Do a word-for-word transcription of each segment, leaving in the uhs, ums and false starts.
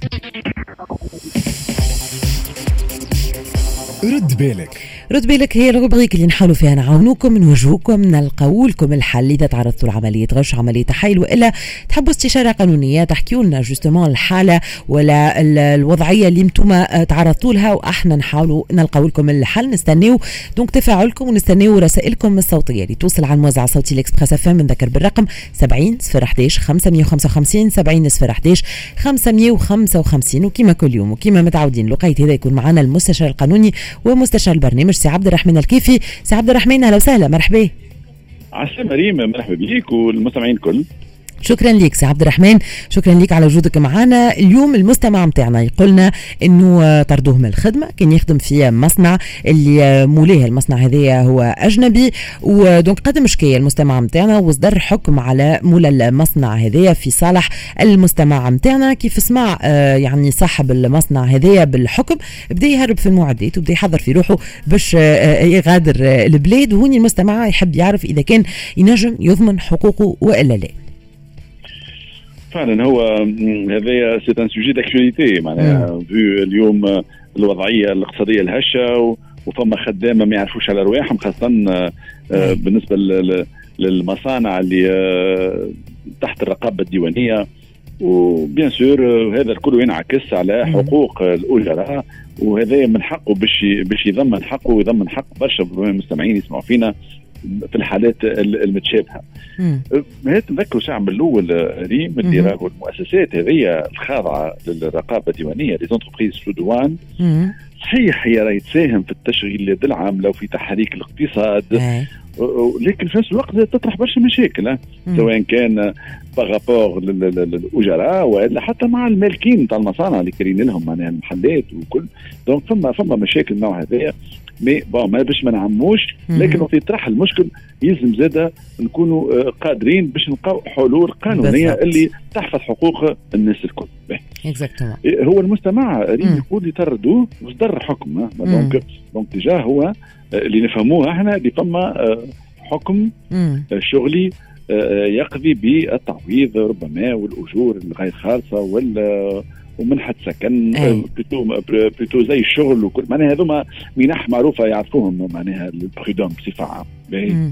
رد بالك رد بالك هي الروبريك اللي نحاولوا فيها نعاونوكم نوجهوكم نلقاو لكم الحل اذا تعرضتوا لعمليه غش، عمليه تحايل، والا تحبوا استشاره قانونيه تحكيوا لنا جوستومون الحاله ولا الوضعيه اللي انتم تعرضتوا لها، واحنا نحاولوا نلقاو لكم الحل. نستنيو دونك تفاعلكم ونستنيو رسائلكم الصوتيه اللي توصل على الموزع الصوتي الاكسبريس اف ام. نذكر بالرقم سبعين صفر احداش خمسمية وخمسة وخمسين سبعين صفر احداش خمسمية وخمسة وخمسين. وكما كل يوم وكما متعودين لقيت هذا يكون معنا المستشار القانوني ومستشار البرنامج سي عبد الرحمن الكيفي. سي عبد الرحمن اهلا وسهلا، مرحبا. عسلامة ريم، مرحبا بيك والمستمعين الكل. شكرا لك سي عبد الرحمن، شكرا لك على وجودك معنا اليوم. المستمع متاعنا يقولنا انه طردوه من الخدمه، كان يخدم في مصنع اللي مولاه المصنع هذا هو اجنبي، ودونك قدم شكايه المستمع متاعنا وصدر حكم على مولى المصنع هذا في صالح المستمع متاعنا. كيف سمع يعني صاحب المصنع هذا بالحكم بدا يهرب في المعدات وبدا يحضر في روحه باش يغادر البلاد، وهوني المستمع يحب يعرف اذا كان ينجم يضمن حقوقه والا لا. فعلا هو هذا سي ان سوجي داكتواليتي، معناها في اليوم الوضعيه الاقتصاديه الهشه وفما خدامه ما يعرفوش على رواحهم، خاصه بالنسبه للمصانع اللي تحت الرقابه الديوانيه، وبيان سور هذا الكل ينعكس على حقوق الاجراء، وهذا من حقه باش باش يضمن حقه ويضمن حق برشا المستمعين يسمعوا فينا في الحالات المتشابهه. هات نذكروا ساعه من الاول ريم اللي راهو المؤسسات هذه الخاضعه للرقابه الديوانيه لي زونتربريز سو دوان صحيح هي راهي تساهم في التشغيلات العامله وفي تحريك الاقتصاد، لكن في نفس الوقت تطرح برشا مشاكل، سواء كان بارابور للاجراء ولا حتى مع المالكين تاع المصانع اللي كارين لهم معناها المحلات وكل. دونك فما فما مشاكل نوع هذايا، مي بون ما باش ما نعموش، لكن وقت يطرح المشكل يلزم زاده نكونوا قادرين باش نلقاو حلول قانونيه بالضبط اللي تحفظ حقوق الناس الكل. هو المستمع يقول يطردوه وصدر حكم، دونك دونك ديجا هو اللي نفهموه احنا اللي فما حكم شغلي يقضي بالتعويض ربما والاجور الغير خالصه ولا ومنحة سكن بلوتو بلوتو زي الشغل وكل، معناها هذوما منح معروفه يعرفوهم معناها البرودوم بصفه عامه.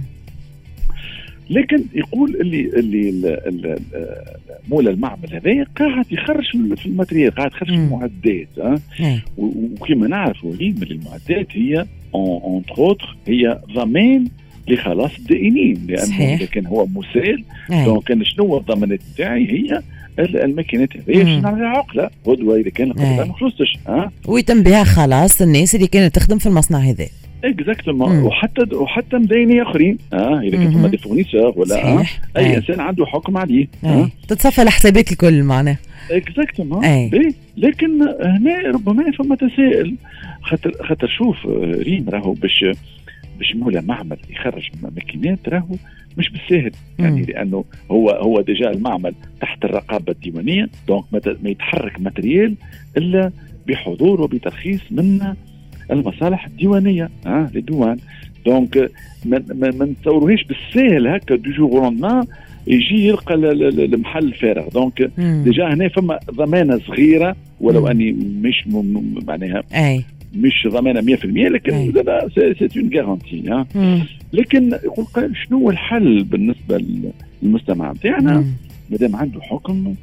لكن يقول اللي اللي مولى المعمل هذا قاعد يخرج في الماتريال، قاعد يخرج في المعدات، وكما نعرفوا من المعدات هي اونتر اوتر هي ضمان لخلاص الدائنين، لانه اذا كان هو مسال دونك كان شنو الضمانات تاعي هي الماكينات هذه باش نعمل عقله غدوه اذا كان القطع ما خلصتش ها ويتم بها خلاص الناس اللي كانت تخدم في المصنع هذا. اكزاكتومون. وحتى وحتى مدينين اخرين اه اذا كان فما دي فورنيسور ولا آه. اي آه. انسان عنده حكم عليه آه. تتصفى الحسابات الكل معناها. اكزاكتومون. لكن هنا ربما فما تساؤل، خاطر خاطر شوف ريم راهو باش باش مولى معمل يخرج ماكينات راهو مش بالسهل يعني، لانه هو هو ديجا المعمل تحت الرقابه الديوانيه، دونك ما يتحرك ماتريال الا بحضور وبترخيص من المصالح الديوانيه اه للديوان. دونك ما نتصوروهاش بالسهل هكا دو جور روندمان يجي يلقى المحل فارغ. دونك ديجا هنا فما ضمانه صغيره ولو اني مش معناها مش ضمانه مية بالمية، لكن دابا سي اون غارانتي. لكن يقول قال شنو هو الحل بالنسبه للمجتمع نتاعنا مادام عنده حكم؟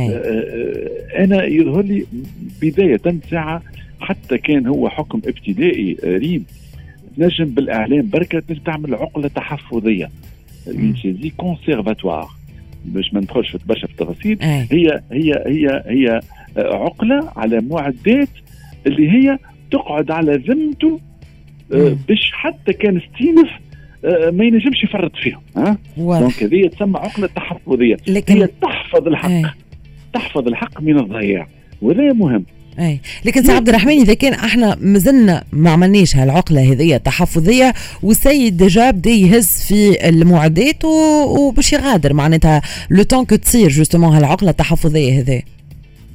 انا يظهر لي بدايه ساعه حتى كان هو حكم ابتدائي ريم نجم بالاعلام بركه تعمل عقله تحفظيه سيزي كونسيرفاتوار باش ما ندخلش في برشا في التفاصيل. هي هي هي هي عقله على معدات اللي هي تقعد على ذمته آه باش حتى كان استينف آه ما ينجمش يفرط فيهم ها. دونك هذه تسمى عقله تحفظيه، هي تحفظ الحق أي. تحفظ الحق من الضياع، وهذا مهم. اي لكن سي عبد الرحمن اذا كان احنا مازلنا ما عملناش هالعقله هذه التحفظيه والسيد ديجا بدا يهز في المعدات وباش يغادر معناتها لو طون كو تصير جوستومون هالعقله التحفظيه هذه،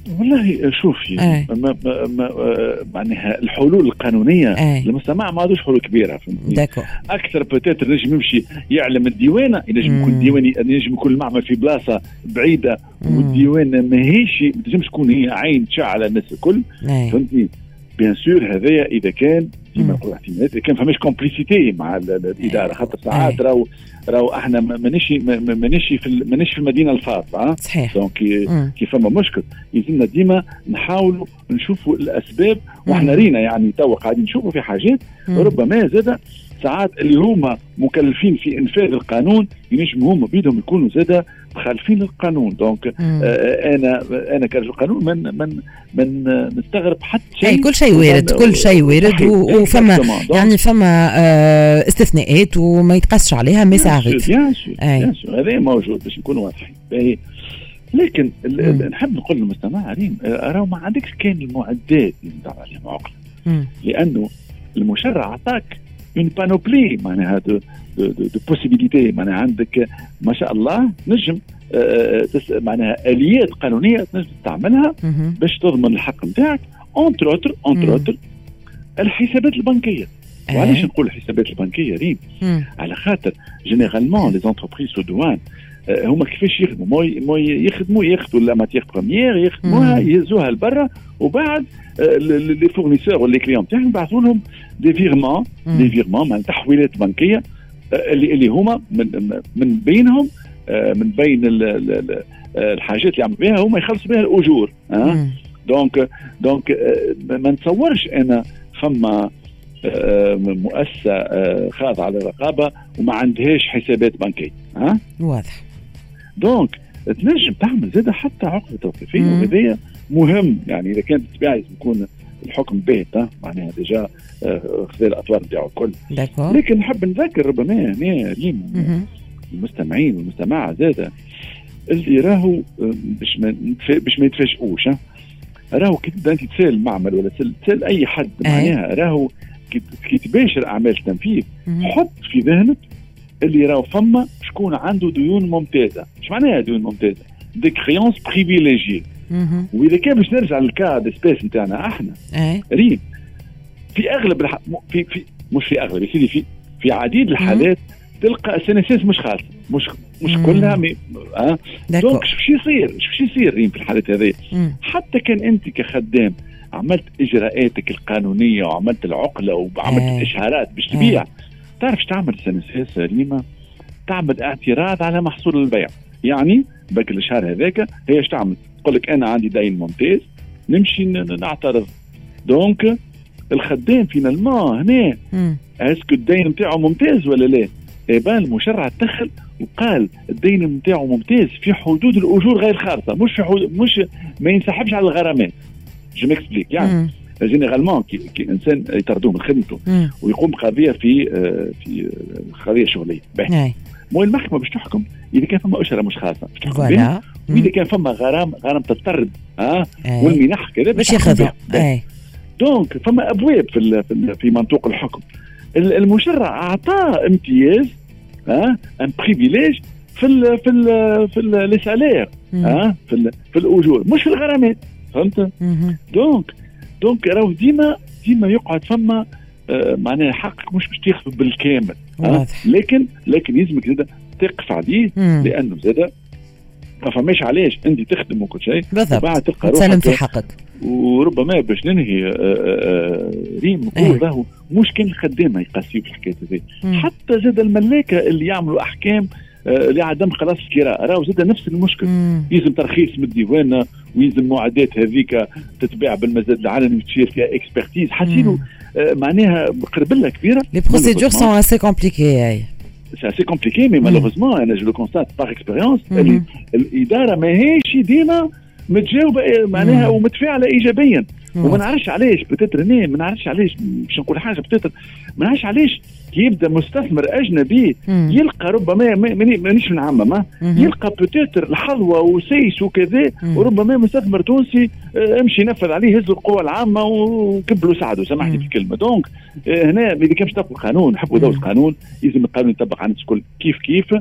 والله شوفي أي. ما ما ما معناها الحلول القانونيه أي. المجتمع ما عندوش حلول كبيره داكو اكثر بوتيتر نجم يمشي يعلم الديوانه ينجم يكون ديواني ينجم يكون المعمل في بلاصه بعيده والديوانه ماهيش ما تنجمش تكون هي عين تشع على الناس الكل فهمتني بيان سور هذايا اذا كان ديما نقول احتمالات اذا كان فماش كومبليسيتي مع الاداره خاطر ساعات راهو راهو احنا مانيش مانيش في مانيش في المدينه الفاضله صحيح دونك كي فما مشكل يلزمنا ديما نحاولوا نشوفوا الاسباب واحنا رينا يعني تو قاعدين نشوفوا في حاجات ربما زاد ساعات اللي هما مكلفين في انفاذ القانون ينجموا هما بيدهم يكونوا زاد مخالفين للقانون دونك آه انا انا كرجل قانون من من من نستغرب حتى شيء كل شيء وارد كل شيء وارد وفما يعني فما آه استثناءات وما يتقاسش عليها مساعد هذا موجود باش نكونوا واضحين لكن نحب نقول للمستمع ريم راهو ما عندكش كان المعدات اللي ندعوا عليها معقله لانه المشرع عطاك une panoplie معناها دو دو دو بوسيبيليتي معناها عندك ما شاء الله نجم معناها آليات قانونية تنجم تعملها باش تضمن الحق نتاعك اونتر اوتر اونتر اوتر الحسابات البنكية. وعلاش نقول الحسابات البنكية ريم؟ على خاطر جينيرالمون لي زونتربريز سو دوان هما كيفاش يخدموا ما يخدموا ياخذوا لا ماتيير بروميير يخدموها يهزوها لبرا وبعد لي فورنيسور ولا لي كليون تاعهم يبعثوا لهم دي فيرمون دي فيرمون مع تحويلات بنكيه اللي اللي هما من من بينهم من بين الحاجات اللي يعملوا بها هما يخلصوا بها الاجور ها دونك دونك ما نتصورش انا فما مؤسسه خاضعه للرقابه وما عندهاش حسابات بنكيه ها واضح دونك تنجم تعمل زاده حتى عقده توقيفيه وهذا مهم يعني اذا كانت الطبيعه يكون الحكم باهت معناها ديجا خذ الاطوار نتاعو الكل لكن نحب نذكر ربما هنا ريم المستمعين والمستمع زاده اللي راهو باش ما باش ما يتفاجئوش راهو كي تبدا انت تسال معمل ولا تسال اي حد معناها راهو كي تباشر اعمال التنفيذ حط في ذهنك اللي راهو فما شكون عنده ديون ممتازه. ايش معناها ديون ممتازه؟ دي كريونس بريفيليجي. واذا كان باش نرجع للكا دي سبيس نتاعنا احنا ريم في اغلب الح... في في مش في اغلب يا في في عديد الحالات تلقى السنسيس مش خالصه مش مش كلها مي... اه دونك شو يصير شو يصير ريم في الحالات هذه حتى كان انت كخدام عملت اجراءاتك القانونيه وعملت العقله وعملت الاشهارات باش تبيع تعرفش تعمل سنسيس ريمه تعمل اعتراض على محصول البيع يعني باك الاشهار هذاك هي ايش تعمل تقول لك انا عندي دين ممتاز نمشي نعترض دونك الخدام فينالمون هنا اسكو الدين نتاعو ممتاز ولا لا يبان المشرع دخل وقال الدين نتاعو ممتاز في حدود الاجور غير خالصه مش في حدود مش ما ينسحبش على الغرامات جو ميكسبليك يعني جينيرالمون كي, كي انسان يطردوه من خدمته ويقوم بقضيه في في قضيه شغليه مو المحكمه باش تحكم اذا كان فما اشاره مش خاصه باش تحكم بها واذا كان فما غرام غرام تطرد ها آه والمنح كذا باش ياخذها دونك فما ابواب في في, في منطوق الحكم المشرع اعطاه امتياز ها ان بريفيليج في ال في ال في لي سالير ها في ال في الاجور مش في الغرامات فهمت دونك دونك راهو ديما ديما يقعد فما آه معناها حقك مش باش تاخذه بالكامل لكن لكن يلزمك زاده تقف عليه لانه زاده ما فماش علاش انت تخدم وكل شيء وبعد تلقى روحك في حقك وربما باش ننهي آآ آآ ريم نقول راهو مش كان الخدامه يقاسيو في الحكايه هذه حتى زاد الملاكه اللي يعملوا احكام لعدم خلاص الكراء راهو زاد نفس المشكل يلزم ترخيص من الديوانه ويلزم معدات هذيك تتباع بالمزاد العالمي وتصير فيها اكسبرتيز حاسينه معناها قربله كبيره لي بروسيدور سون اسي كومبليكي c'est assez compliqué mais malheureusement انا je le constate par expérience الاداره ماهيش ديما متجاوبه معناها ومتفاعله ايجابيا وما نعرفش علاش بتتر هنا ما نعرفش علاش باش نقول حاجه بتتر ما نعرفش علاش يبدا مستثمر اجنبي يلقى ربما مانيش نعمم يلقى بتتر الحظوه وسيس وكذا وربما مستثمر تونسي امشي ينفذ عليه هز القوى العامه وكبلوا ساعده سامحني في الكلمه دونك هنا اذا كان باش تطبق القانون نحبوا دوله القانون لازم القانون يطبق على الناس الكل كيف كيف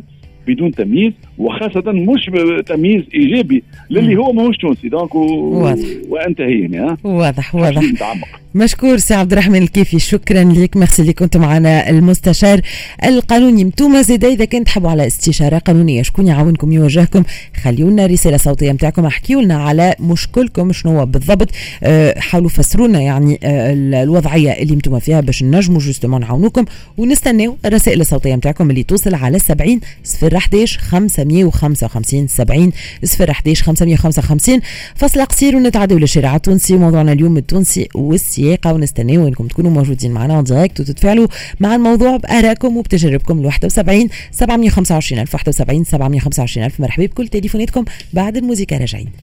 بدون تمييز، وخاصه مش تمييز ايجابي للي هو ماهوش تونسي. دونك و... وانتهيني. ها واضح واضح. نتعمق. مشكور سي عبد الرحمن الكيفي، شكرا لك، ميرسي اللي كنت معنا المستشار القانوني. نتوما زيدا اذا كنت تحبوا على استشاره قانونيه شكون يعاونكم يوجهكم، خليوا لنا رساله صوتيه نتاعكم، احكيوا لنا على مشكلكم شنو هو بالضبط، أه حاولوا فسروا لنا يعني أه الوضعيه اللي نتوما فيها باش نجموا جوستومون نعاونوكم، ونستناو الرسائل الصوتيه نتاعكم اللي توصل على سبعين صفر احداش خمسمية وخمسة وخمسين سبعين صفر احداش خمسمية وخمسة وخمسين. فصل قصير ونتعداو للشارع التونسي، موضوعنا اليوم التونسي والسياقه، ونستناو انكم تكونوا موجودين معنا اون دايركت وتتفاعلوا مع الموضوع بارائكم وبتجاربكم. ل واحد وسبعين سبعمية وخمسة وعشرين ألف واحد وسبعين سبعمية وخمسة وعشرين ألف. مرحبا بكل تليفوناتكم بعد الموسيقى راجعين.